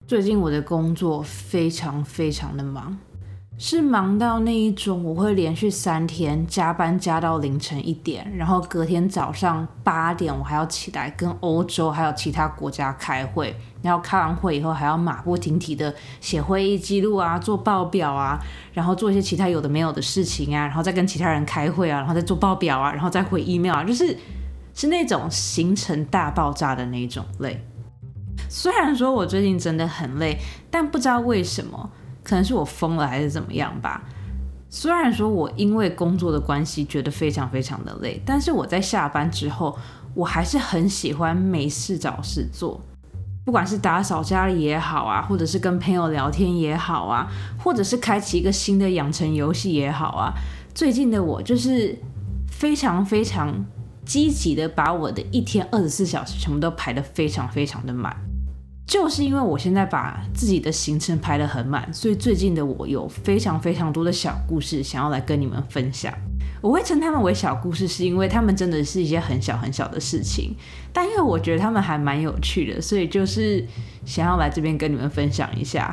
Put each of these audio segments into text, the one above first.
最近我的工作非常非常的忙，是忙到那一种我会连续3天加班加到凌晨1点，然后隔天早上8点我还要起来跟欧洲还有其他国家开会，然后开完会以后还要马不停蹄的写会议记录啊，做报表啊，然后做一些其他有的没有的事情啊，然后再跟其他人开会啊，然后再做报表啊，然后再回 email 啊，是那种行程大爆炸的那种累。虽然说我最近真的很累，但不知道为什么，可能是我疯了还是怎么样吧。虽然说我因为工作的关系觉得非常非常的累，但是我在下班之后，我还是很喜欢没事找事做。不管是打扫家里也好啊，或者是跟朋友聊天也好啊，或者是开启一个新的养成游戏也好啊，最近的我就是非常非常积极的把我的一天24小时全部都排得非常非常的满。就是因为我现在把自己的行程排得很满，所以最近的我有非常非常多的小故事想要来跟你们分享。我会称他们为小故事，是因为他们真的是一些很小很小的事情，但因为我觉得他们还蛮有趣的，所以就是想要来这边跟你们分享一下。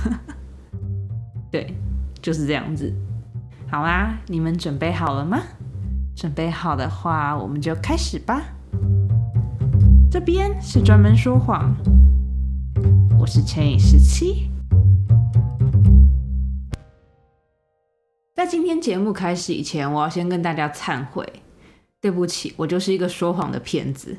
对，就是这样子。好啦，你们准备好了吗？准备好的话，我们就开始吧。这边是专门说谎，我是乘以17。在今天节目开始以前，我要先跟大家忏悔，对不起，我就是一个说谎的骗子。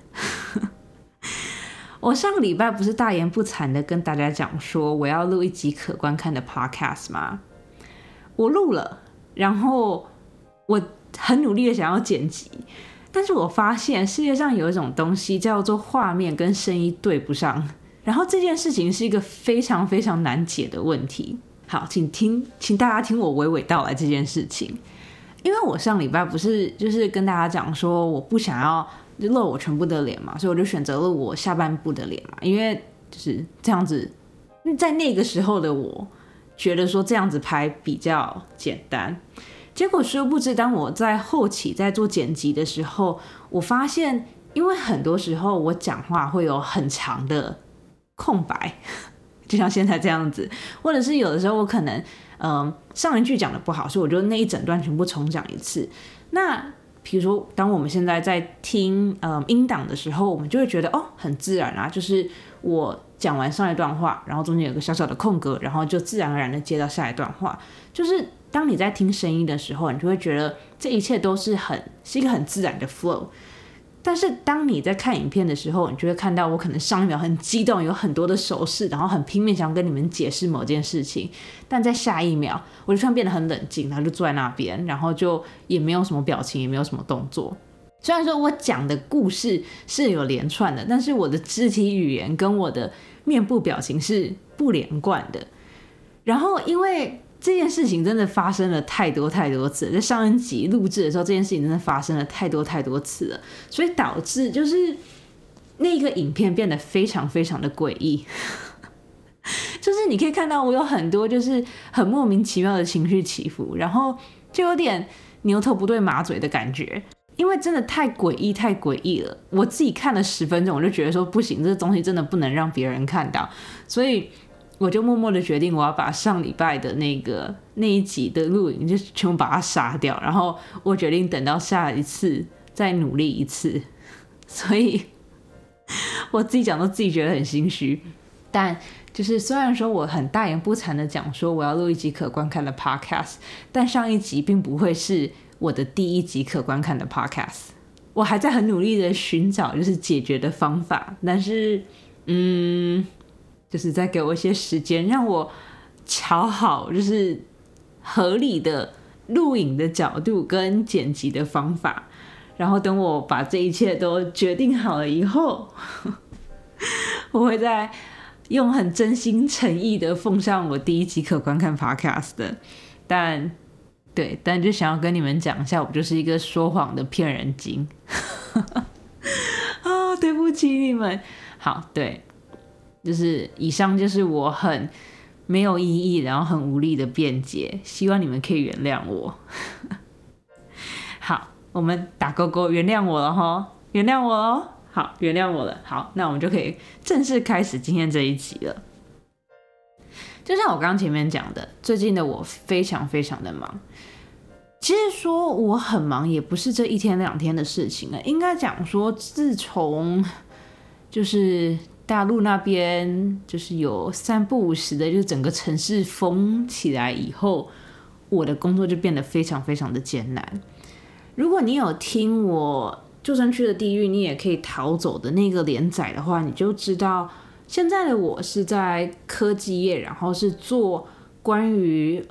我上个礼拜不是大言不惭的跟大家讲说我要录一集可观看的 podcast 吗？我录了，然后我很努力的想要剪辑，但是我发现世界上有一种东西叫做画面跟声音对不上，然后这件事情是一个非常非常难解的问题。好，请大家听我娓娓道来这件事情。因为我上礼拜不是就是跟大家讲说我不想要露我全部的脸嘛，所以我就选择了我下半部的脸嘛，因为就是这样子，在那个时候的我觉得说这样子拍比较简单。结果殊不知，当我在后期在做剪辑的时候，我发现因为很多时候我讲话会有很长的空白，就像现在这样子，或者是有的时候我可能上一句讲的不好，所以我就那一整段全部重讲一次。那比如说当我们现在在听音档的时候，我们就会觉得很自然啊，就是我讲完上一段话，然后中间有个小小的空格，然后就自然而然的接到下一段话。就是当你在听声音的时候，你就会觉得这一切都是一个很自然的 flow。但是当你在看影片的时候，你就会看到我可能上一秒很激动，有很多的手势，然后很拼命想跟你们解释某件事情，但在下一秒我就突然变得很冷静，然后就坐在那边，然后就也没有什么表情，也没有什么动作。虽然说我讲的故事是有连串的，但是我的肢体语言跟我的面部表情是不连贯的。然后因为这件事情真的发生了太多太多次了，在上一集录制的时候，这件事情真的发生了太多太多次了，所以导致就是那个影片变得非常非常的诡异。就是你可以看到我有很多就是很莫名其妙的情绪起伏，然后就有点牛头不对马嘴的感觉，因为真的太诡异太诡异了。我自己看了10分钟，我就觉得说不行，这东西真的不能让别人看到，所以我就默默的决定我要把上礼拜的那一集的录影就全部把它杀掉，然后我决定等到下一次再努力一次。所以我自己讲都自己觉得很心虚，但就是虽然说我很大言不惭的讲说我要录一集可观看的 podcast， 但上一集并不会是我的第一集可观看的 podcast。 我还在很努力的寻找就是解决的方法，但是就是再给我一些时间，让我瞧好就是合理的录影的角度跟剪辑的方法，然后等我把这一切都决定好了以后，我会再用很真心诚意的奉上我第一集可观看 podcast 的。但就想要跟你们讲一下，我就是一个说谎的骗人精。对不起你们。好，对，就是以上就是我很没有意义然后很无力的辩解，希望你们可以原谅我。好，我们打勾勾，原谅我了齁，原谅我咯。好，原谅我了。好，那我们就可以正式开始今天这一集了。 就像我刚刚前面讲的，最近的我非常非常的忙。其实说我很忙也不是这一天两天的事情了，应该讲说自从就是大陆那边就是有3不5时的，就是整个城市封起来以后，我的工作就变得非常非常的艰难。如果你有听我救生区的地狱你也可以逃走的那个连载的话，你就知道现在的我是在科技业，然后是做关于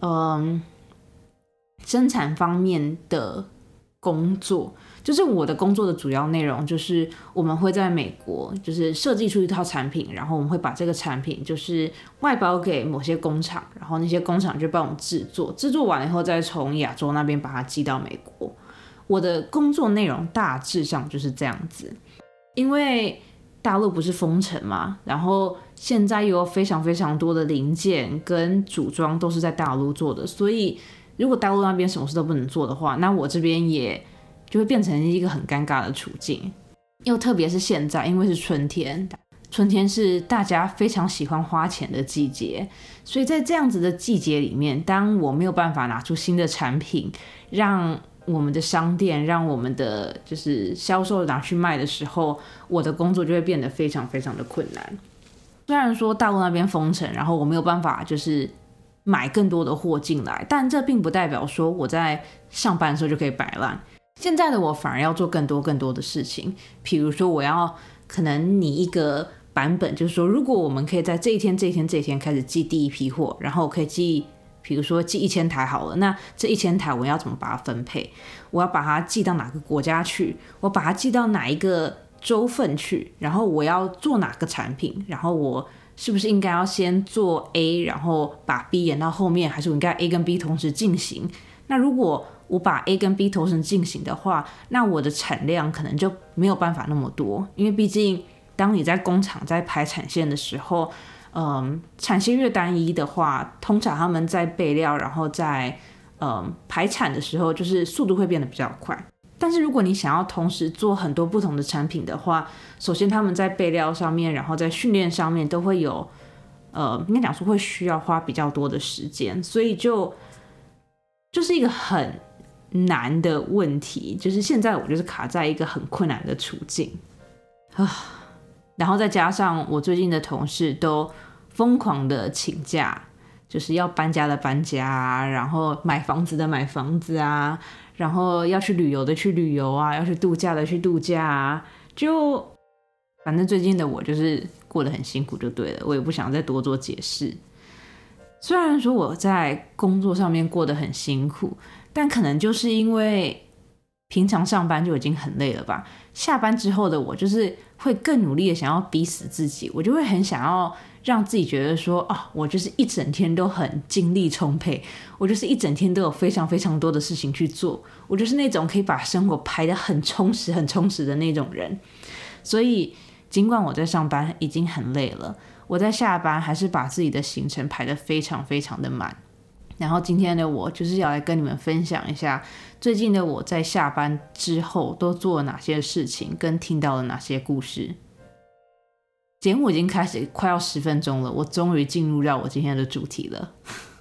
生产方面的工作。就是我的工作的主要内容就是我们会在美国就是设计出一套产品，然后我们会把这个产品就是外包给某些工厂，然后那些工厂就帮我们制作，制作完了以后再从亚洲那边把它寄到美国。我的工作内容大致上就是这样子。因为大陆不是封城嘛，然后现在又有非常非常多的零件跟组装都是在大陆做的，所以如果大陆那边什么事都不能做的话，那我这边也就会变成一个很尴尬的处境。又特别是现在，因为是春天，春天是大家非常喜欢花钱的季节，所以在这样子的季节里面，当我没有办法拿出新的产品让我们的商店，让我们的就是销售拿去卖的时候，我的工作就会变得非常非常的困难。虽然说大陆那边封城，然后我没有办法就是买更多的货进来，但这并不代表说我在上班的时候就可以摆烂。现在的我反而要做更多的事情，比如说我要可能拟一个版本，就是说如果我们可以在这一天开始寄第一批货，然后可以寄比如说寄1000台好了，那这1000台我要怎么把它分配？我要把它寄到哪个国家去？我把它寄到哪一个州份去？然后我要做哪个产品？然后我是不是应该要先做 A， 然后把 B 延到后面，还是我应该 A 跟 B 同时进行？那如果我把 A 跟 B 同时进行的话，那我的产量可能就没有办法那么多，因为毕竟当你在工厂在排产线的时候，产线越单一的话，通常他们在备料，然后在排产的时候，就是速度会变得比较快。但是如果你想要同时做很多不同的产品的话，首先他们在备料上面，然后在训练上面都会有，应该讲说会需要花比较多的时间，所以就是一个很难的问题。就是现在我就是卡在一个很困难的处境啊。然后再加上我最近的同事都疯狂的请假，就是要搬家的搬家，然后买房子的买房子啊，然后要去旅游的去旅游啊，要去度假的去度假啊，就反正最近的我就是过得很辛苦就对了，我也不想再多做解释。虽然说我在工作上面过得很辛苦，但可能就是因为平常上班就已经很累了吧，下班之后的我就是会更努力的想要逼死自己，我就会很想要让自己觉得说，我就是一整天都很精力充沛，我就是一整天都有非常非常多的事情去做，我就是那种可以把生活排得很充实很充实的那种人。所以尽管我在上班已经很累了，我在下班还是把自己的行程排得非常非常的满。然后今天的我就是要来跟你们分享一下最近的我在下班之后都做了哪些事情，跟听到了哪些故事。节目已经开始快要10分钟了，我终于进入到我今天的主题了。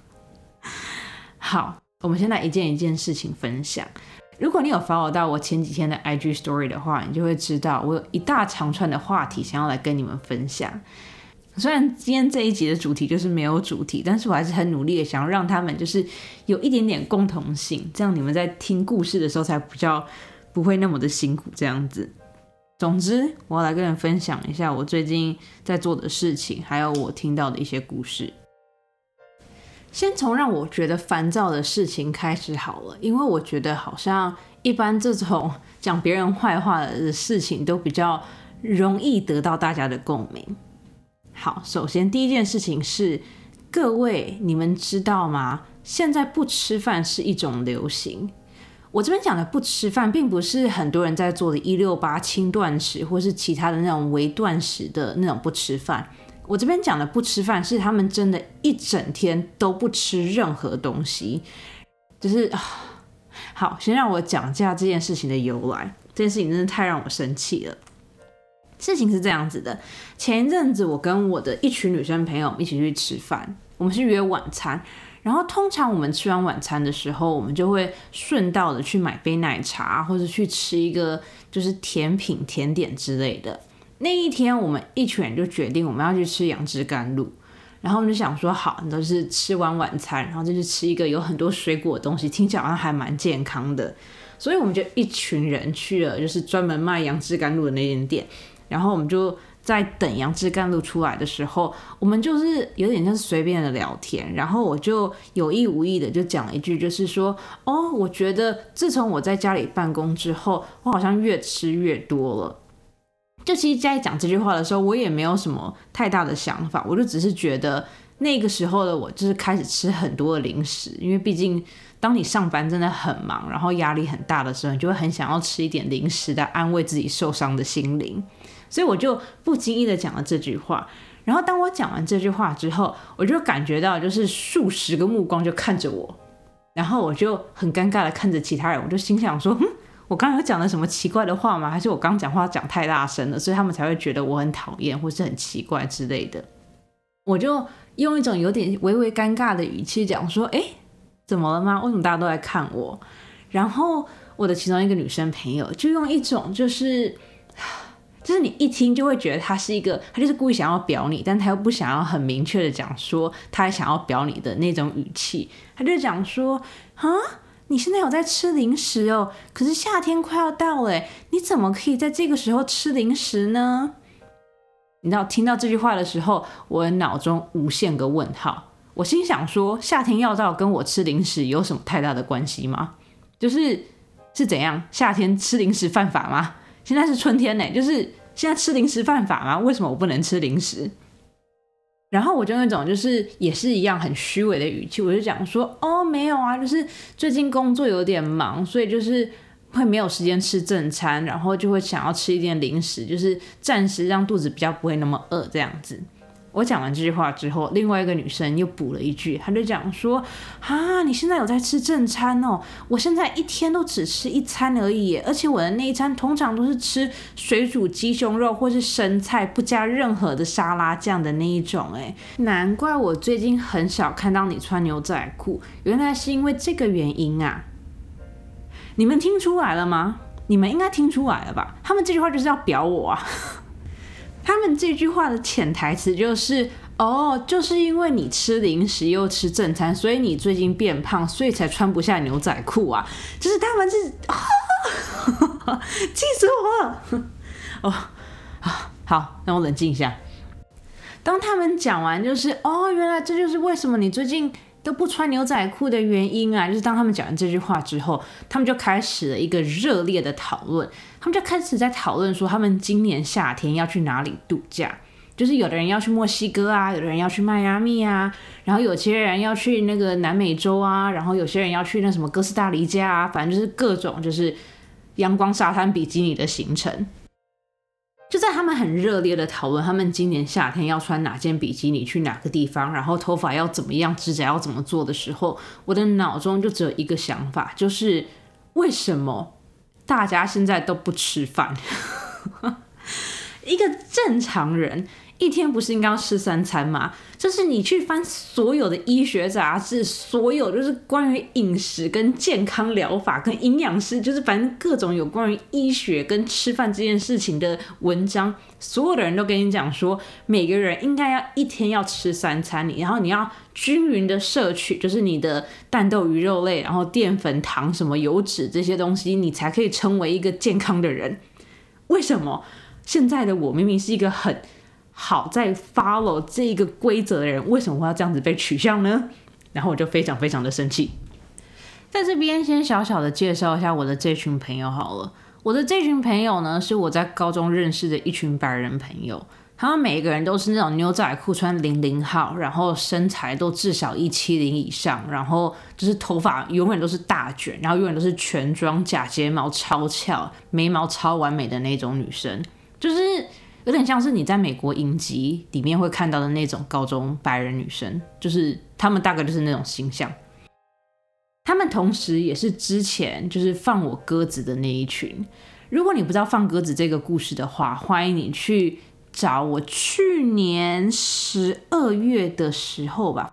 好，我们先来一件一件事情分享。如果你有 follow 到我前几天的 IG story 的话，你就会知道我有一大长串的话题想要来跟你们分享。虽然今天这一集的主题就是没有主题，但是我还是很努力的想要让他们就是有一点点共同性，这样你们在听故事的时候才比较不会那么的辛苦这样子。总之我要来跟人分享一下我最近在做的事情，还有我听到的一些故事。先从让我觉得烦躁的事情开始好了，因为我觉得好像一般这种讲别人坏话的事情都比较容易得到大家的共鸣。好，首先第一件事情是，各位你们知道吗？现在不吃饭是一种流行。我这边讲的不吃饭，并不是很多人在做的168轻断食，或是其他的那种微断食的那种不吃饭。我这边讲的不吃饭，是他们真的一整天都不吃任何东西。就是好，先让我讲一下这件事情的由来。这件事情真的太让我生气了。事情是这样子的，前一阵子我跟我的一群女生朋友一起去吃饭， 我们是约晚餐。然后通常我们吃完晚餐的时候，我们就会顺道的去买杯奶茶，或者去吃一个就是甜品、甜点之类的。那一天我们一群人就决定我们要去吃杨枝甘露，然后我们就想说好，都是吃完晚餐，然后就去吃一个有很多水果的东西，听起来好像还蛮健康的。所以我们就一群人去了就是专门卖杨枝甘露的那间店，然后我们就在等杨枝甘露出来的时候，我们就是有点像是随便的聊天，然后我就有意无意的就讲了一句，就是说我觉得自从我在家里办公之后，我好像越吃越多了。就其实在讲这句话的时候，我也没有什么太大的想法，我就只是觉得那个时候的我就是开始吃很多的零食，因为毕竟当你上班真的很忙，然后压力很大的时候，你就会很想要吃一点零食来安慰自己受伤的心灵，所以我就不经意的讲了这句话。然后当我讲完这句话之后，我就感觉到就是数十个目光就看着我，然后我就很尴尬的看着其他人，我就心想说我刚刚有讲了什么奇怪的话吗？还是我刚讲话讲太大声了，所以他们才会觉得我很讨厌或是很奇怪之类的。我就用一种有点微微尴尬的语气讲说怎么了吗？为什么大家都在看我？然后我的其中一个女生朋友就用一种就是你一听就会觉得他就是故意想要表你，但他又不想要很明确的讲说他还想要表你的那种语气，他就讲说你现在有在吃零食哦，可是夏天快要到了，你怎么可以在这个时候吃零食呢？你知道听到这句话的时候，我的脑中无限个问号。我心想说，夏天要到跟我吃零食有什么太大的关系吗？是怎样？夏天吃零食犯法吗？现在是春天呢，就是现在吃零食犯法吗？为什么我不能吃零食？然后我就那种就是也是一样很虚伪的语气，我就讲说没有啊，就是最近工作有点忙，所以就是会没有时间吃正餐，然后就会想要吃一点零食，就是暂时让肚子比较不会那么饿这样子。我讲完这句话之后，另外一个女生又补了一句，她就讲说你现在有在吃正餐哦，我现在一天都只吃一餐而已，而且我的那一餐通常都是吃水煮鸡胸肉或是生菜，不加任何的沙拉酱的那一种。难怪我最近很少看到你穿牛仔裤，原来是因为这个原因啊。你们听出来了吗？你们应该听出来了吧？他们这句话就是要表我啊。他们这句话的潜台词就是就是因为你吃零食又吃正餐，所以你最近变胖，所以才穿不下牛仔裤啊。就是他们是气死我了好，让我冷静一下。当他们讲完就是原来这就是为什么你最近都不穿牛仔裤的原因啊，就是当他们讲完这句话之后，他们就开始了一个热烈的讨论。他们就开始在讨论说他们今年夏天要去哪里度假，就是有的人要去墨西哥啊，有的人要去迈阿密啊，然后有些人要去那个南美洲啊，然后有些人要去那什么哥斯达黎加啊，反正就是各种就是阳光沙滩比基尼的行程。就在他们很热烈的讨论他们今年夏天要穿哪件比基尼去哪个地方，然后头发要怎么样，指甲要怎么做的时候，我的脑中就只有一个想法，就是为什么大家现在都不吃饭？一个正常人一天不是应该要吃3餐吗？就是你去翻所有的医学杂志，所有就是关于饮食跟健康疗法跟营养师，就是反正各种有关于医学跟吃饭这件事情的文章，所有的人都跟你讲说，每个人应该要一天要吃3餐，然后你要均匀的摄取，就是你的蛋豆鱼肉类，然后淀粉糖什么油脂这些东西，你才可以成为一个健康的人。为什么现在的我明明是一个很好在 follow 这个规则的人，为什么会要这样子被取笑呢？然后我就非常非常的生气。在这边先小小的介绍一下我的这群朋友好了。我的这群朋友呢，是我在高中认识的一群白人朋友，他们每个人都是那种牛仔裤穿00号，然后身材都至少170以上，然后就是头发永远都是大卷，然后永远都是全妆，假睫毛超翘，眉毛超完美的那种女生，就是有点像是你在美国影集里面会看到的那种高中白人女生，就是他们大概就是那种形象。他们同时也是之前就是放我鸽子的那一群。如果你不知道放鸽子这个故事的话，欢迎你去找我去年12月的时候吧，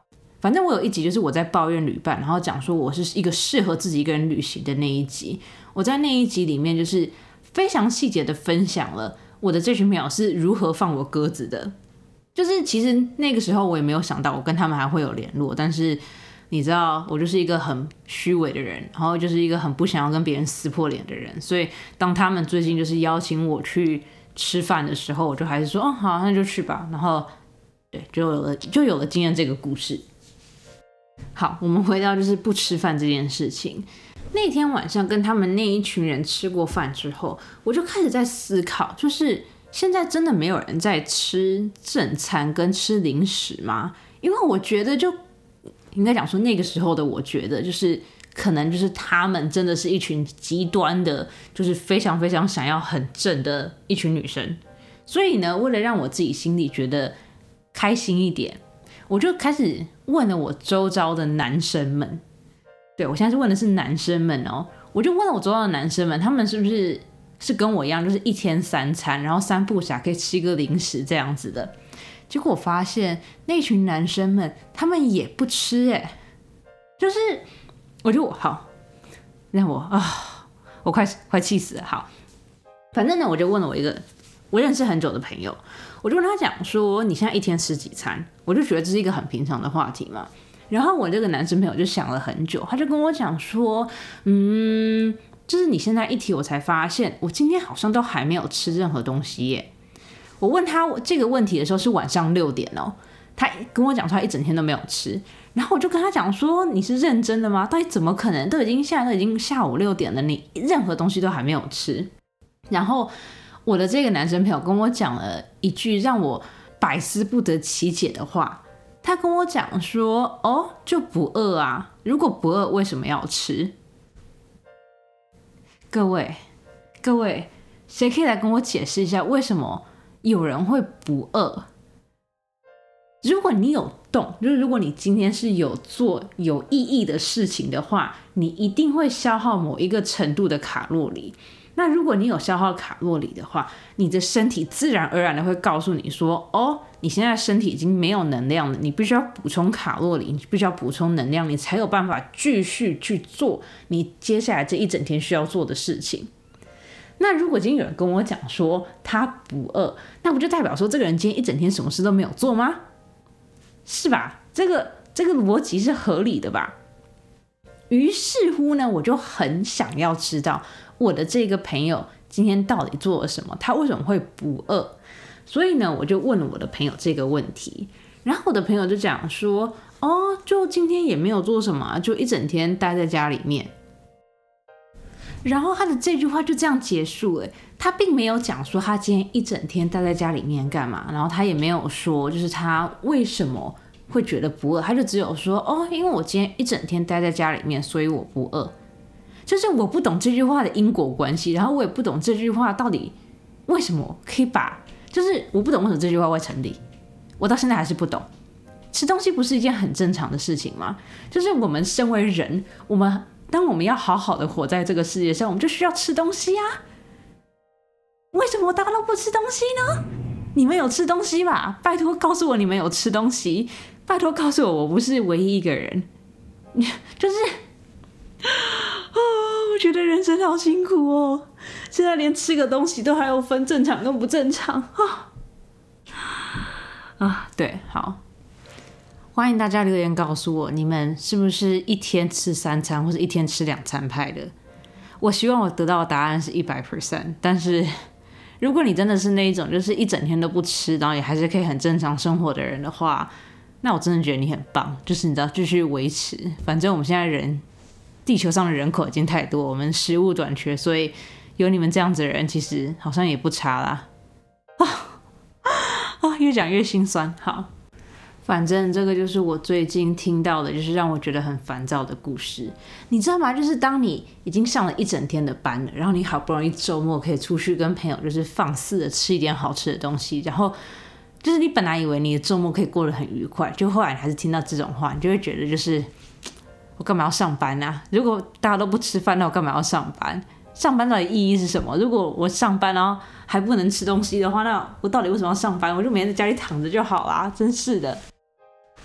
反正我有一集就是我在抱怨旅伴，然后讲说我是一个适合自己一个人旅行的那一集。我在那一集里面就是非常细节的分享了我的这群朋友是如何放我鸽子的。就是其实那个时候我也没有想到我跟他们还会有联络，但是你知道我就是一个很虚伪的人，然后就是一个很不想要跟别人撕破脸的人，所以当他们最近就是邀请我去吃饭的时候，我就还是说好，那就去吧。然后对，就有了今天这个故事。好，我们回到就是不吃饭这件事情。那天晚上跟他们那一群人吃过饭之后，我就开始在思考，就是现在真的没有人在吃正餐跟吃零食吗？因为我觉得就应该讲说那个时候的我觉得就是可能就是他们真的是一群极端的，就是非常非常想要很正的一群女生。所以呢，为了让我自己心里觉得开心一点，我就开始问了我周遭的男生们。对，我现在是问的是男生们哦，我就问了我周遭的男生们，他们是不是跟我一样，就是一天3餐，然后3不暇可以吃一个零食这样子的。结果我发现那群男生们他们也不吃耶，就是我就好，让我快气死了。好，反正呢，我就问了我一个我认识很久的朋友，我就跟他讲说你现在一天吃几餐？我就觉得这是一个很平常的话题嘛。然后我这个男生朋友就想了很久，他就跟我讲说，就是你现在一提，我才发现我今天好像都还没有吃任何东西耶。我问他这个问题的时候是晚上6点哦，他跟我讲说他一整天都没有吃，然后我就跟他讲说你是认真的吗？到底怎么可能？现在都已经下午6点了，你任何东西都还没有吃。然后我的这个男生朋友跟我讲了一句让我百思不得其解的话。他跟我讲说就不饿啊，如果不饿为什么要吃？各位谁可以来跟我解释一下为什么有人会不饿？如果你有动，就是如果你今天是有做有意义的事情的话，你一定会消耗某一个程度的卡路里。那如果你有消耗卡路里的话，你的身体自然而然的会告诉你说你现在身体已经没有能量了，你必须要补充卡路里，你必须要补充能量，你才有办法继续去做你接下来这一整天需要做的事情。那如果今天有人跟我讲说他不饿，那不就代表说这个人今天一整天什么事都没有做吗？是吧？这个逻辑是合理的吧？于是乎呢，我就很想要知道我的这个朋友今天到底做了什么，他为什么会不饿？所以呢，我就问了我的朋友这个问题，然后我的朋友就讲说就今天也没有做什么，就一整天待在家里面。然后他的这句话就这样结束了，他并没有讲说他今天一整天待在家里面干嘛，然后他也没有说就是他为什么会觉得不饿，他就只有说因为我今天一整天待在家里面，所以我不饿。就是我不懂这句话的因果关系，然后我也不懂这句话到底为什么可以就是我不懂为什么这句话会成立，我到现在还是不懂。吃东西不是一件很正常的事情吗？就是我们身为人，当我们要好好的活在这个世界上，我们就需要吃东西啊。为什么大家都不吃东西呢？你们有吃东西吧？拜托告诉我你们有吃东西，拜托告诉我不是唯一一个人。就是我觉得人生好辛苦哦，现在连吃个东西都还有分正常跟不正常对，好，欢迎大家留言告诉我，你们是不是一天吃3餐或者一天吃2餐派的？我希望我得到的答案是100%，但是如果你真的是那一种就是一整天都不吃，然后也还是可以很正常生活的人的话，那我真的觉得你很棒，就是你知道继续维持。反正我们现在地球上的人口已经太多，我们食物短缺，所以有你们这样子的人，其实好像也不差啦。越讲越心酸。好，反正这个就是我最近听到的，就是让我觉得很烦躁的故事。你知道吗？就是当你已经上了一整天的班了，然后你好不容易周末可以出去跟朋友就是放肆的吃一点好吃的东西，然后就是你本来以为你的周末可以过得很愉快，就后来你还是听到这种话，你就会觉得就是我干嘛要上班啊？如果大家都不吃饭，那我干嘛要上班？上班到底意义是什么？如果我上班然后还不能吃东西的话，那我到底为什么要上班？我就每天在家里躺着就好啦，真是的。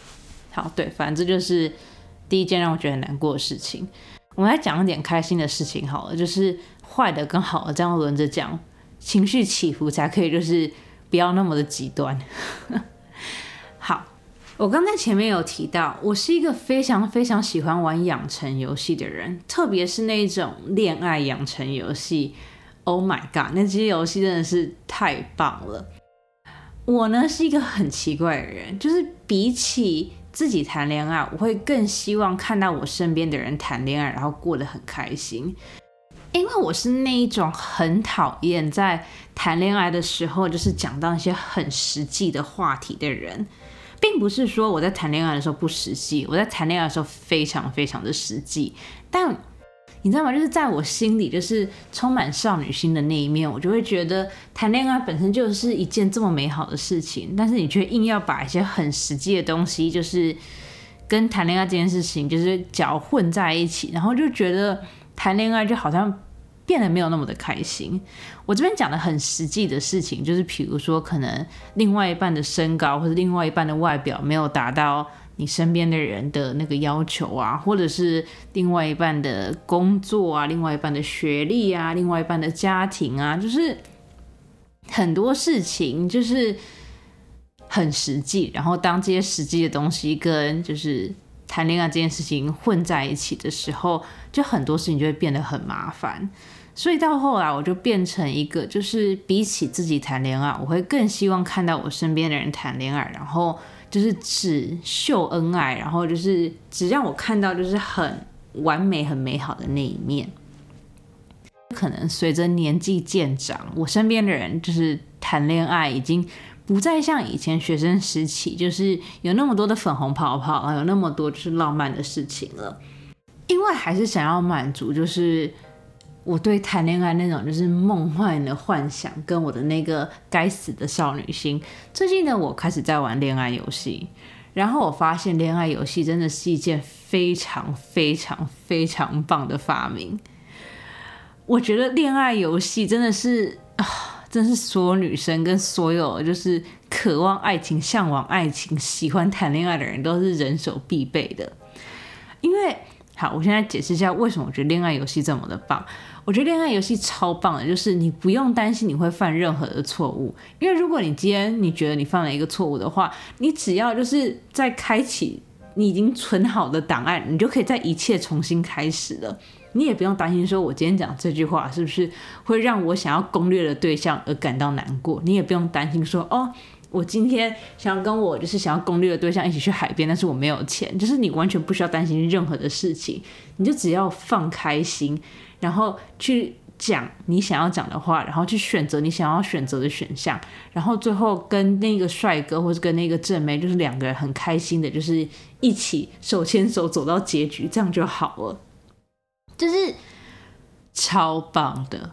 好，对，反正这就是第一件让我觉得很难过的事情。我们来讲一点开心的事情好了，就是坏的跟好的这样轮着讲，情绪起伏才可以就是不要那么的极端。好，我刚才前面有提到，我是一个非常非常喜欢玩养成游戏的人，特别是那种恋爱养成游戏。Oh my god， 那些游戏真的是太棒了。我呢是一个很奇怪的人，就是比起自己谈恋爱，我会更希望看到我身边的人谈恋爱，然后过得很开心。因为我是那一种很讨厌在谈恋爱的时候就是讲到一些很实际的话题的人，并不是说我在谈恋爱的时候不实际，我在谈恋爱的时候非常非常的实际，但你知道吗？就是在我心里，就是充满少女心的那一面，我就会觉得谈恋爱本身就是一件这么美好的事情，但是你却硬要把一些很实际的东西，就是跟谈恋爱这件事情就是搅混在一起，然后就觉得谈恋爱就好像变得没有那么的开心。我这边讲的很实际的事情，就是比如说可能另外一半的身高或者另外一半的外表没有达到你身边的人的那个要求啊，或者是另外一半的工作啊，另外一半的学历啊，另外一半的家庭啊，就是很多事情就是很实际，然后当这些实际的东西跟就是谈恋爱这件事情混在一起的时候，就很多事情就会变得很麻烦。所以到后来我就变成一个，就是比起自己谈恋爱，我会更希望看到我身边的人谈恋爱，然后就是只秀恩爱，然后就是只让我看到就是很完美很美好的那一面。可能随着年纪渐长，我身边的人就是谈恋爱已经不再像以前学生时期就是有那么多的粉红泡泡，有那么多就是浪漫的事情了。因为还是想要满足就是我对谈恋爱那种就是梦幻的幻想跟我的那个该死的少女心。最近呢，我开始在玩恋爱游戏，然后我发现恋爱游戏真的是一件非常非常非常棒的发明。我觉得恋爱游戏真的是真是所有女生跟所有就是渴望爱情、向往爱情、喜欢谈恋爱的人都是人手必备的。因为好，我现在解释一下为什么我觉得恋爱游戏这么的棒。我觉得恋爱游戏超棒的，就是你不用担心你会犯任何的错误，因为如果你今天你觉得你犯了一个错误的话，你只要就是在开启你已经存好的档案，你就可以在一切重新开始了。你也不用担心说我今天讲这句话是不是会让我想要攻略的对象而感到难过，你也不用担心说我今天想要跟我就是想要攻略的对象一起去海边，但是我没有钱，就是你完全不需要担心任何的事情，你就只要放开心，然后去讲你想要讲的话，然后去选择你想要选择的选项，然后最后跟那个帅哥或是跟那个正妹就是两个人很开心的就是一起手牵手走到结局，这样就好了，就是超棒的。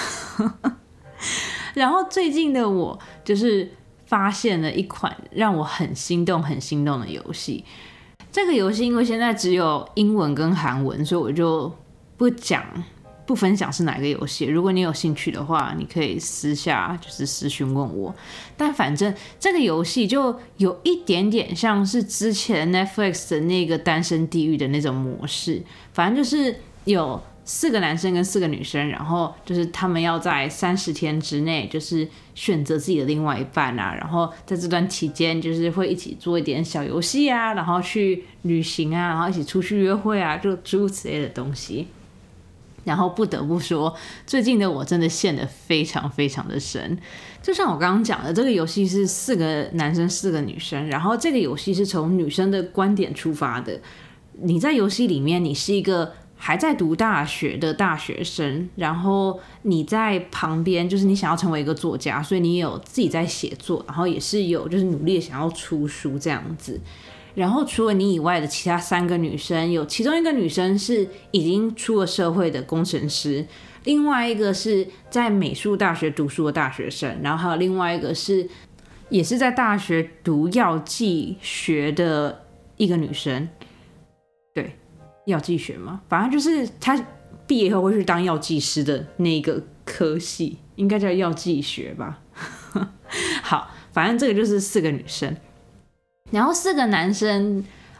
然后最近的我就是发现了一款让我很心动很心动的游戏。这个游戏因为现在只有英文跟韩文，所以我就不分享是哪个游戏。如果你有兴趣的话，你可以私下就是私讯问我。但反正这个游戏就有一点点像是之前 Netflix 的那个单身地狱的那种模式，反正就是有4个男生跟4个女生，然后就是他们要在30天之内就是选择自己的另外一半啊，然后在这段期间就是会一起做一点小游戏啊，然后去旅行啊，然后一起出去约会啊，就诸如此类的东西。然后不得不说，最近的我真的陷得非常非常的深。就像我刚刚讲的，这个游戏是4个男生4个女生，然后这个游戏是从女生的观点出发的。你在游戏里面，你是一个还在读大学的大学生，然后你在旁边就是你想要成为一个作家，所以你也有自己在写作，然后也是有就是努力想要出书这样子。然后除了你以外的其他3个女生，有其中一个女生是已经出了社会的工程师，另外一个是在美术大学读书的大学生，然后还有另外一个是也是在大学读药剂学的一个女生。对，药剂学嘛，反正就是她毕业后会去当药剂师的那个科系，应该叫药剂学吧。好，反正这个就是4个女生。然后4个男生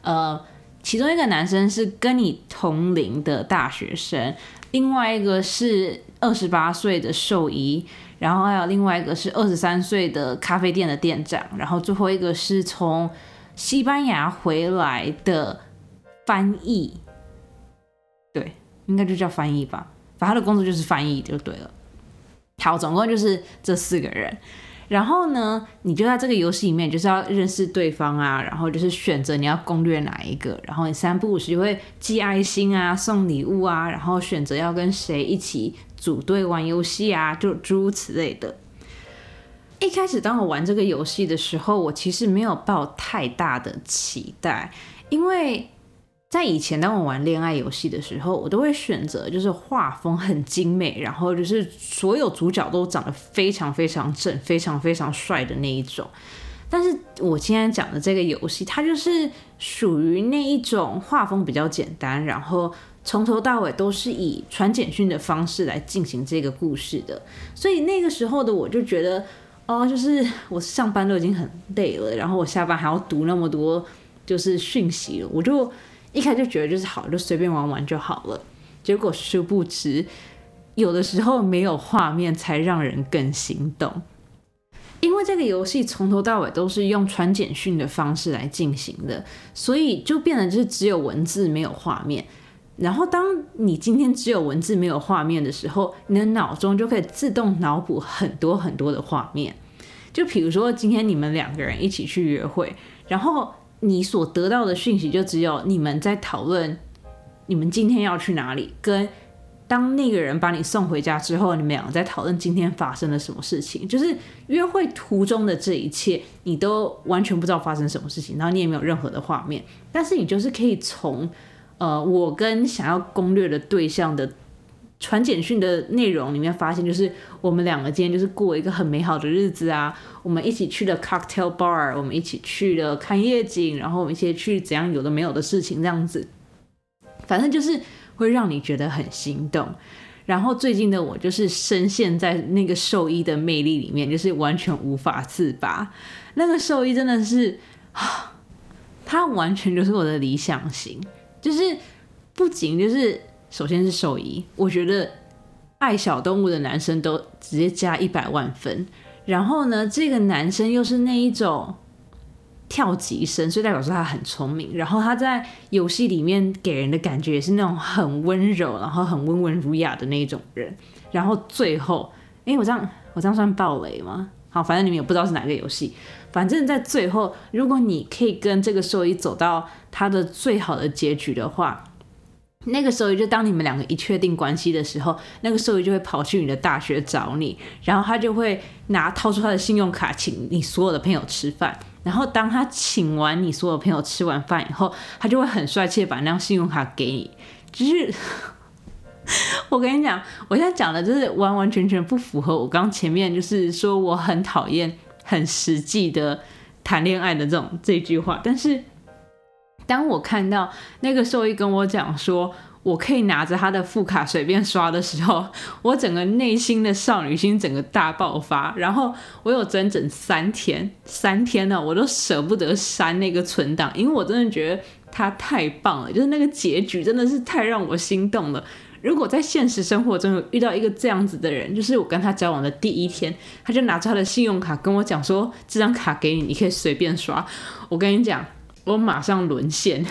其中一个男生是跟你同龄的大学生，另外一个是28岁的兽医，然后还有另外一个是23岁的咖啡店的店长，然后最后一个是从西班牙回来的翻译，对，应该就叫翻译吧，反正他的工作就是翻译就对了。好，总共就是这4个人。然后呢，你就在这个游戏里面就是要认识对方啊，然后就是选择你要攻略哪一个，然后你3不5时就会寄爱心啊、送礼物啊，然后选择要跟谁一起组队玩游戏啊，就诸如此类的。一开始当我玩这个游戏的时候，我其实没有抱太大的期待，因为在以前当我玩恋爱游戏的时候，我都会选择就是画风很精美，然后就是所有主角都长得非常非常正、非常非常帅的那一种。但是我今天讲的这个游戏，它就是属于那一种画风比较简单，然后从头到尾都是以传简讯的方式来进行这个故事的。所以那个时候的我就觉得，就是我上班都已经很累了，然后我下班还要读那么多就是讯息了，我就一开始就觉得就是好，就随便玩玩就好了。结果殊不知，有的时候没有画面才让人更心动。因为这个游戏从头到尾都是用传简讯的方式来进行的，所以就变得就是只有文字没有画面。然后当你今天只有文字没有画面的时候，你的脑中就可以自动脑补很多很多的画面。就比如说今天你们2个人一起去约会，然后你所得到的讯息就只有你们在讨论你们今天要去哪里，跟当那个人把你送回家之后，你们2个在讨论今天发生了什么事情。就是约会途中的这一切你都完全不知道发生什么事情，然后你也没有任何的画面，但是你就是可以从我跟想要攻略的对象的传简讯的内容里面发现，就是我们2个今天就是过一个很美好的日子啊，我们一起去了 cocktail bar， 我们一起去了看夜景，然后我们一起去怎样有的没有的事情，这样子反正就是会让你觉得很心动。然后最近的我就是深陷在那个兽医的魅力里面，就是完全无法自拔。那个兽医真的是他完全就是我的理想型，就是不仅就是首先是兽医，我觉得爱小动物的男生都直接加100万分。然后呢，这个男生又是那一种跳级生，所以代表说他很聪明。然后他在游戏里面给人的感觉也是那种很温柔，然后很温文儒雅的那一种人。然后最后，我这样算爆雷吗？好，反正你们也不知道是哪个游戏。反正在最后，如果你可以跟这个兽医走到他的最好的结局的话，那个兽医就当你们2个一确定关系的时候，那个兽医就会跑去你的大学找你，然后他就会掏出他的信用卡请你所有的朋友吃饭。然后当他请完你所有朋友吃完饭以后，他就会很帅气的把那张信用卡给你。就是我跟你讲，我现在讲的就是完完全全不符合我刚前面就是说我很讨厌很实际的谈恋爱的这句话。但是当我看到那个兽医跟我讲说我可以拿着他的副卡随便刷的时候，我整个内心的少女心整个大爆发。然后我有整整3天呢，我都舍不得删那个存档，因为我真的觉得他太棒了，就是那个结局真的是太让我心动了。如果在现实生活中有遇到一个这样子的人，就是我跟他交往的第1天，他就拿着他的信用卡跟我讲说这张卡给你，你可以随便刷，我跟你讲我马上沦陷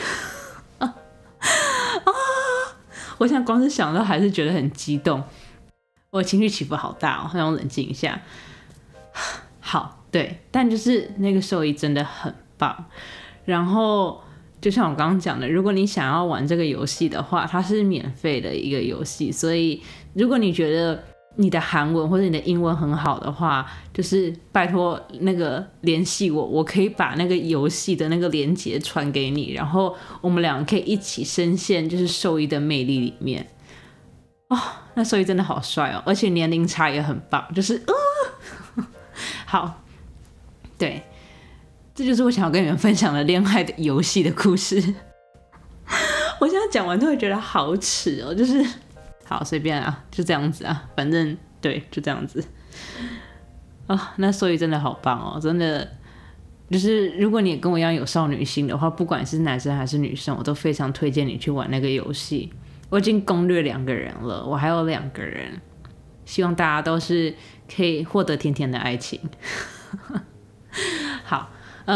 我现在光是想到还是觉得很激动，我的情绪起伏好大让我冷静一下。好，对，但就是那个兽医真的很棒。然后就像我刚刚讲的，如果你想要玩这个游戏的话，它是免费的一个游戏，所以如果你觉得你的韩文或者你的英文很好的话，就是拜托那个联系我，我可以把那个游戏的那个连结传给你，然后我们2个可以一起深陷就是兽医的魅力里面。那兽医真的好帅哦，而且年龄差也很棒，就是好，对，这就是我想要跟你们分享的恋爱的游戏的故事。我现在讲完都会觉得好耻哦，就是好随便啊，就这样子啊，反正对，就这样子那兽医真的好棒哦，真的就是如果你也跟我一样有少女心的话，不管是男生还是女生，我都非常推荐你去玩那个游戏。我已经攻略2个人了，我还有2个人，希望大家都是可以获得甜甜的爱情。好，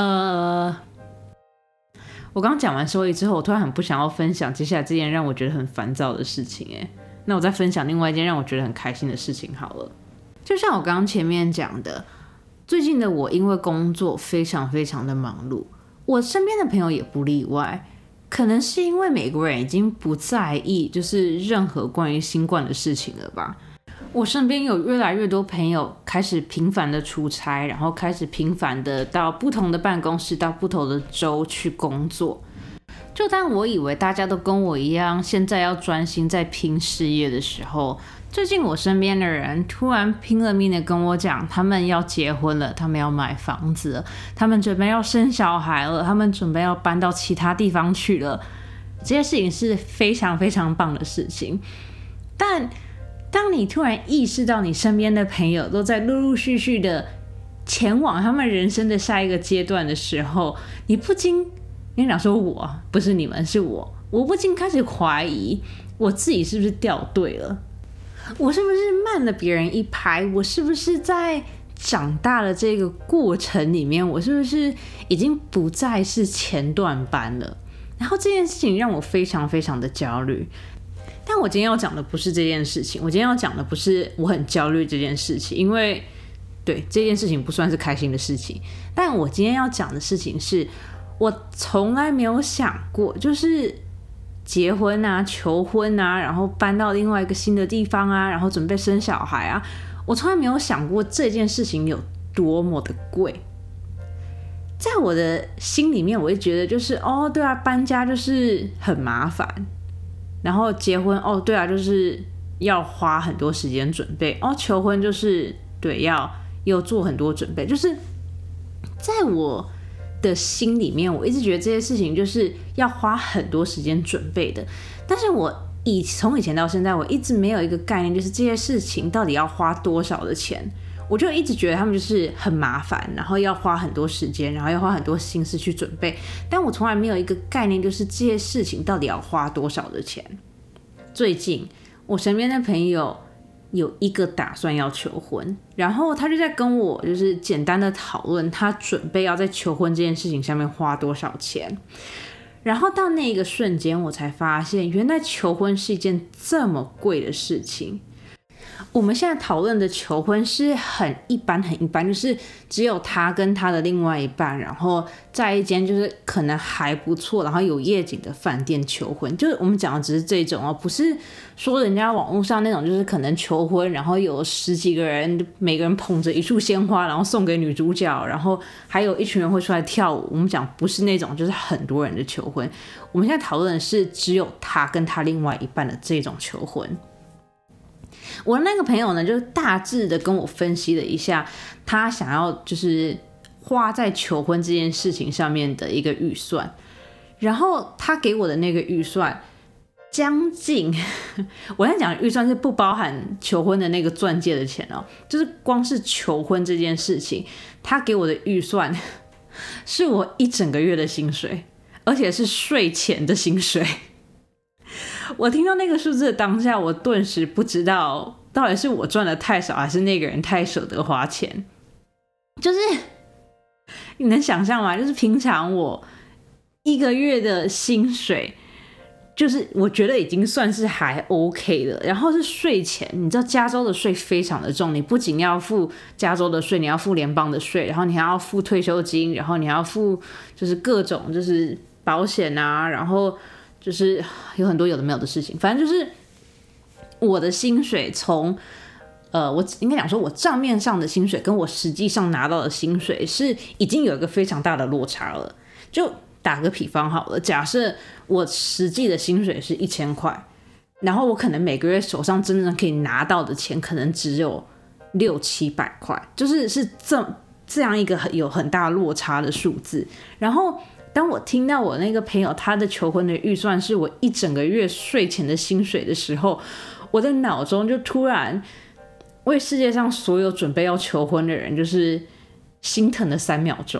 我刚讲完收益之后，我突然很不想要分享接下来这件让我觉得很烦躁的事情，那我再分享另外一件让我觉得很开心的事情好了。就像我刚刚前面讲的，最近的我因为工作非常非常的忙碌，我身边的朋友也不例外。可能是因为美国人已经不在意就是任何关于新冠的事情了吧。我身边有越来越多朋友开始频繁的出差，然后开始频繁的到不同的办公室，到不同的州去工作。就当我以为大家都跟我一样现在要专心在拼事业的时候，最近我身边的人突然拼了命的跟我讲，他们要结婚了，他们要买房子了，他们准备要生小孩了，他们准备要搬到其他地方去了。这些事情是非常非常棒的事情，但当你突然意识到你身边的朋友都在陆陆续续的前往他们人生的下一个阶段的时候，你不禁，跟你讲说我不是你们，是我不禁开始怀疑我自己是不是掉队了，我是不是慢了别人一拍，我是不是在长大的这个过程里面，我是不是已经不再是前段班了。然后这件事情让我非常非常的焦虑。但我今天要讲的不是这件事情，我今天要讲的不是我很焦虑这件事情，因为对这件事情不算是开心的事情。但我今天要讲的事情是，我从来没有想过，就是结婚啊、求婚啊，然后搬到另外一个新的地方啊，然后准备生小孩啊，我从来没有想过这件事情有多么的贵。在我的心里面，我会觉得就是哦，对啊，搬家就是很麻烦，然后结婚哦，对啊，就是要花很多时间准备哦，求婚就是对要做很多准备，就是在我的心里面，我一直觉得这些事情就是要花很多时间准备的。但是我从以前到现在，我一直没有一个概念，就是这些事情到底要花多少的钱。我就一直觉得他们就是很麻烦，然后要花很多时间，然后要花很多心思去准备。但我从来没有一个概念，就是这些事情到底要花多少的钱。最近我身边的朋友有一个打算要求婚，然后他就在跟我就是简单的讨论他准备要在求婚这件事情上面花多少钱。然后到那个瞬间，我才发现原来求婚是一件这么贵的事情。我们现在讨论的求婚是很一般很一般，就是只有他跟他的另外一半，然后在一间就是可能还不错，然后有夜景的饭店求婚。就是我们讲的只是这种哦，不是说人家网络上那种就是可能求婚，然后有10几个人，每个人捧着一束鲜花，然后送给女主角，然后还有一群人会出来跳舞。我们讲不是那种就是很多人的求婚，我们现在讨论的是只有他跟他另外一半的这种求婚。我的那个朋友呢，就大致的跟我分析了一下他想要就是花在求婚这件事情上面的一个预算，然后他给我的那个预算将近我在讲的预算是不包含求婚的那个钻戒的钱哦，就是光是求婚这件事情，他给我的预算是我一整个月的薪水，而且是税前的薪水。我听到那个数字的当下，我顿时不知道到底是我赚的太少，还是那个人太舍得花钱。就是你能想象吗？就是平常我一个月的薪水，就是我觉得已经算是还 OK 了。然后是税前，你知道加州的税非常的重，你不仅要付加州的税，你要付联邦的税，然后你还要付退休金，然后你还要付就是各种就是保险啊，然后就是有很多有的没有的事情。反正就是我的薪水从我应该讲说我账面上的薪水跟我实际上拿到的薪水是已经有一个非常大的落差了。就打个比方好了，假设我实际的薪水是1000块，然后我可能每个月手上真正可以拿到的钱可能只有600-700块，就是这样一个有很大落差的数字。然后当我听到我那个朋友他的求婚的预算是我一整个月税前的薪水的时候，我的脑中就突然为世界上所有准备要求婚的人就是心疼了3秒钟。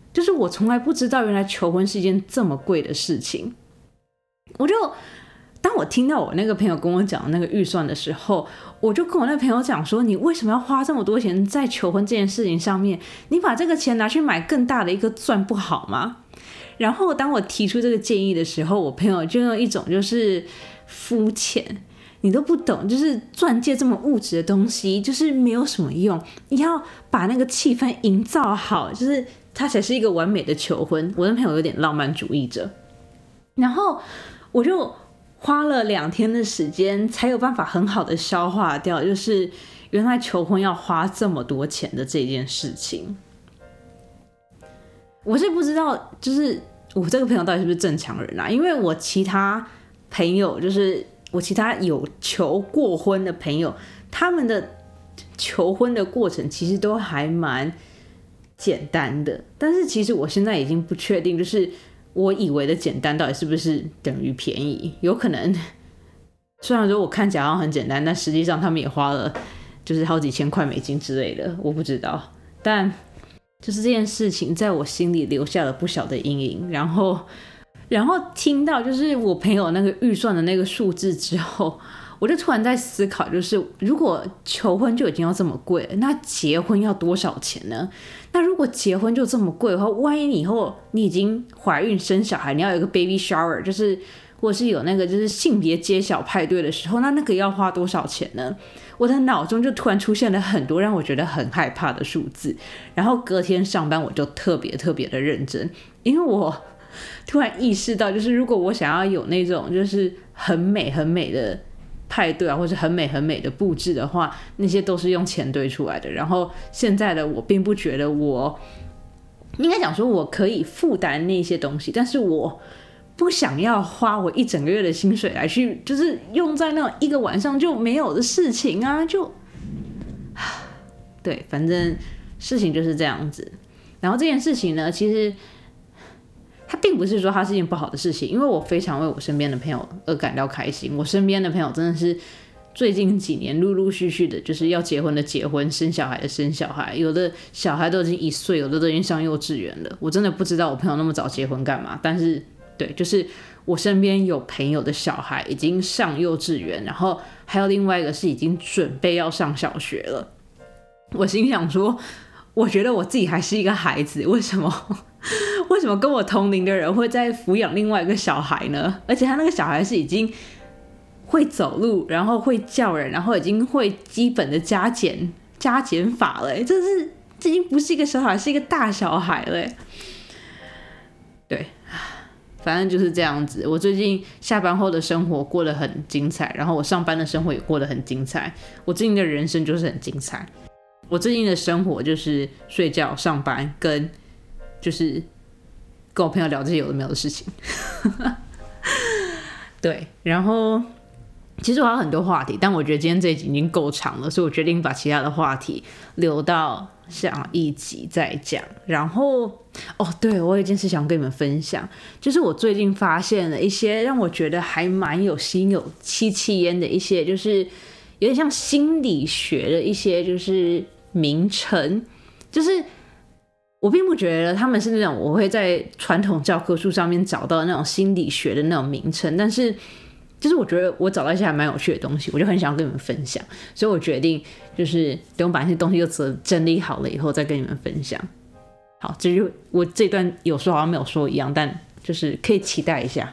就是我从来不知道原来求婚是一件这么贵的事情。当我听到我那个朋友跟我讲那个预算的时候，我就跟我那个朋友讲说，你为什么要花这么多钱在求婚这件事情上面？你把这个钱拿去买更大的一个钻不好吗？然后当我提出这个建议的时候，我朋友就用一种就是肤浅，你都不懂，就是钻戒这么物质的东西就是没有什么用，你要把那个气氛营造好，就是它才是一个完美的求婚。我那朋友有点浪漫主义者，然后我就花了2天的时间才有办法很好的消化掉，就是原来求婚要花这么多钱的这件事情。我是不知道，就是我这个朋友到底是不是正常人啊？因为我其他朋友，就是我其他有求过婚的朋友，他们的求婚的过程其实都还蛮简单的。但是其实我现在已经不确定，就是我以为的简单到底是不是等于便宜？有可能，虽然说我看起来好像很简单，但实际上他们也花了就是好几千块美金之类的，我不知道。但就是这件事情在我心里留下了不小的阴影。然后听到就是我朋友那个预算的那个数字之后，我就突然在思考，就是如果求婚就已经要这么贵了，那结婚要多少钱呢？那如果结婚就这么贵的话，万一你以后你已经怀孕生小孩，你要有一个 baby shower， 就是或者是有那个就是性别揭晓派对的时候，那个要花多少钱呢？我的脑中就突然出现了很多让我觉得很害怕的数字。然后隔天上班我就特别的认真，因为我突然意识到，就是如果我想要有那种就是很美的派对啊，或是很美的布置的话，那些都是用钱堆出来的。然后现在的我并不觉得我应该讲说我可以负担那些东西，但是我不想要花我一整个月的薪水来去就是用在那种一个晚上就没有的事情啊，就对，反正事情就是这样子。然后这件事情呢，其实它并不是说它是一件不好的事情，因为我非常为我身边的朋友而感到开心。我身边的朋友真的是最近几年陆陆续续的，就是要结婚的结婚，生小孩的生小孩，有的小孩都已经1岁，有的都已经上幼稚园了。我真的不知道我朋友那么早结婚干嘛，但是对，就是我身边有朋友的小孩已经上幼稚园，然后还有另外一个是已经准备要上小学了。我心想说，我觉得我自己还是一个孩子，为什么跟我同龄的人会在抚养另外一个小孩呢？而且他那个小孩是已经会走路，然后会叫人，然后已经会基本的加减法了，这已经不是一个小孩，是一个大小孩了。对，反正就是这样子。我最近下班后的生活过得很精彩，然后我上班的生活也过得很精彩。我最近的人生就是很精彩。我最近的生活就是睡觉、上班，跟就是跟我朋友聊这些有的没有的事情。对，然后其实我还有很多话题，但我觉得今天这一集已经够长了，所以我决定把其他的话题留到下一集再讲。然后对，我有一件事想跟你们分享，就是我最近发现了一些让我觉得还蛮有心有戚焉的一些，就是有点像心理学的一些就是名称。就是我并不觉得他们是那种我会在传统教科书上面找到那种心理学的那种名称，但是就是我觉得我找到一些还蛮有趣的东西，我就很想跟你们分享，所以我决定就是等我把那些东西都整理好了以后再跟你们分享。好，这就我这段有说好像没有说一样，但就是可以期待一下。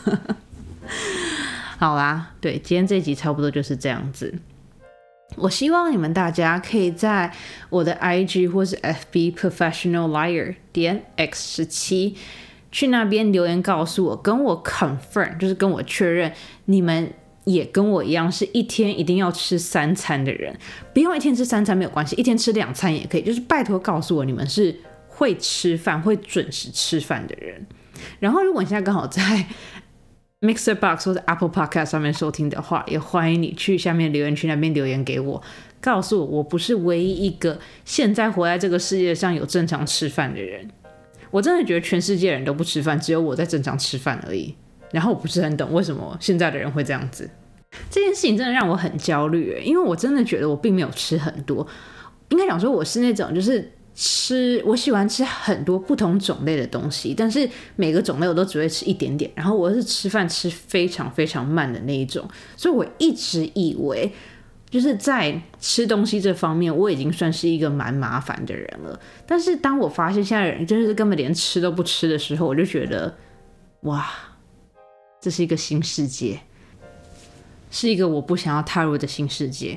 好啦，对，今天这一集差不多就是这样子。我希望你们大家可以在我的 IG 或是 FB Professional Liar X17去那边留言告诉我，跟我 confirm， 就是跟我确认你们也跟我一样是一天一定要吃3餐的人。不用一天吃3餐没有关系，一天吃2餐也可以，就是拜托告诉我你们是会吃饭会准时吃饭的人。然后如果你现在刚好在Mixer Box 或者 Apple Podcast 上面收听的话，也欢迎你去下面留言区那边留言给我，告诉我我不是唯一一个现在活在这个世界上有正常吃饭的人。我真的觉得全世界人都不吃饭，只有我在正常吃饭而已。然后我不是很懂为什么现在的人会这样子。这件事情真的让我很焦虑，因为我真的觉得我并没有吃很多。应该讲说我是那种就是我喜欢吃很多不同种类的东西，但是每个种类我都只会吃一点点，然后我是吃饭吃非常非常慢的那一种，所以我一直以为就是在吃东西这方面我已经算是一个蛮麻烦的人了，但是当我发现现在人就是根本连吃都不吃的时候，我就觉得哇，这是一个新世界，是一个我不想要踏入的新世界。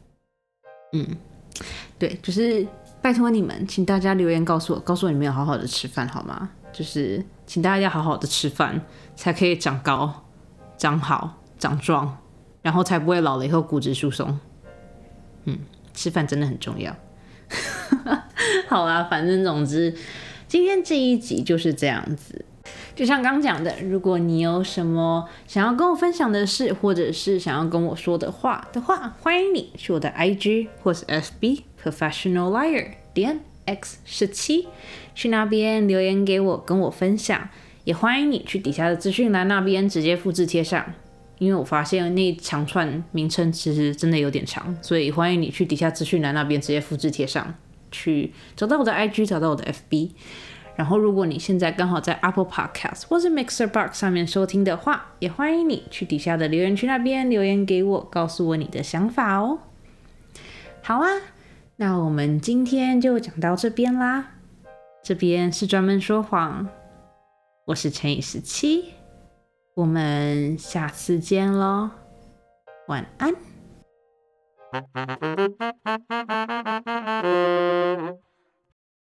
对，就是拜托你们，请大家留言告诉我你们有好好的吃饭好吗？就是请大家要好好的吃饭，才可以长高、长好、长壮，然后才不会老了以后骨质疏松。吃饭真的很重要。好啦，反正总之，今天这一集就是这样子。就像刚讲的，如果你有什么想要跟我分享的事，或者是想要跟我说的话，欢迎你去我的 IG 或是 FB Professional Liar X17，去那边留言给我，跟我分享。也欢迎你去底下的资讯栏那边直接复制贴上，因为我发现那一长串名称其实真的有点长，所以欢迎你去底下资讯栏那边直接复制贴上，去找到我的 IG， 找到我的 FB。然后，如果你现在刚好在 Apple Podcast 或是 Mixer Box 上面收听的话，也欢迎你去底下的留言区那边留言给我，告诉我你的想法哦。好啊，那我们今天就讲到这边啦。这边是专门说谎，我是乘以17，我们下次见咯，晚安。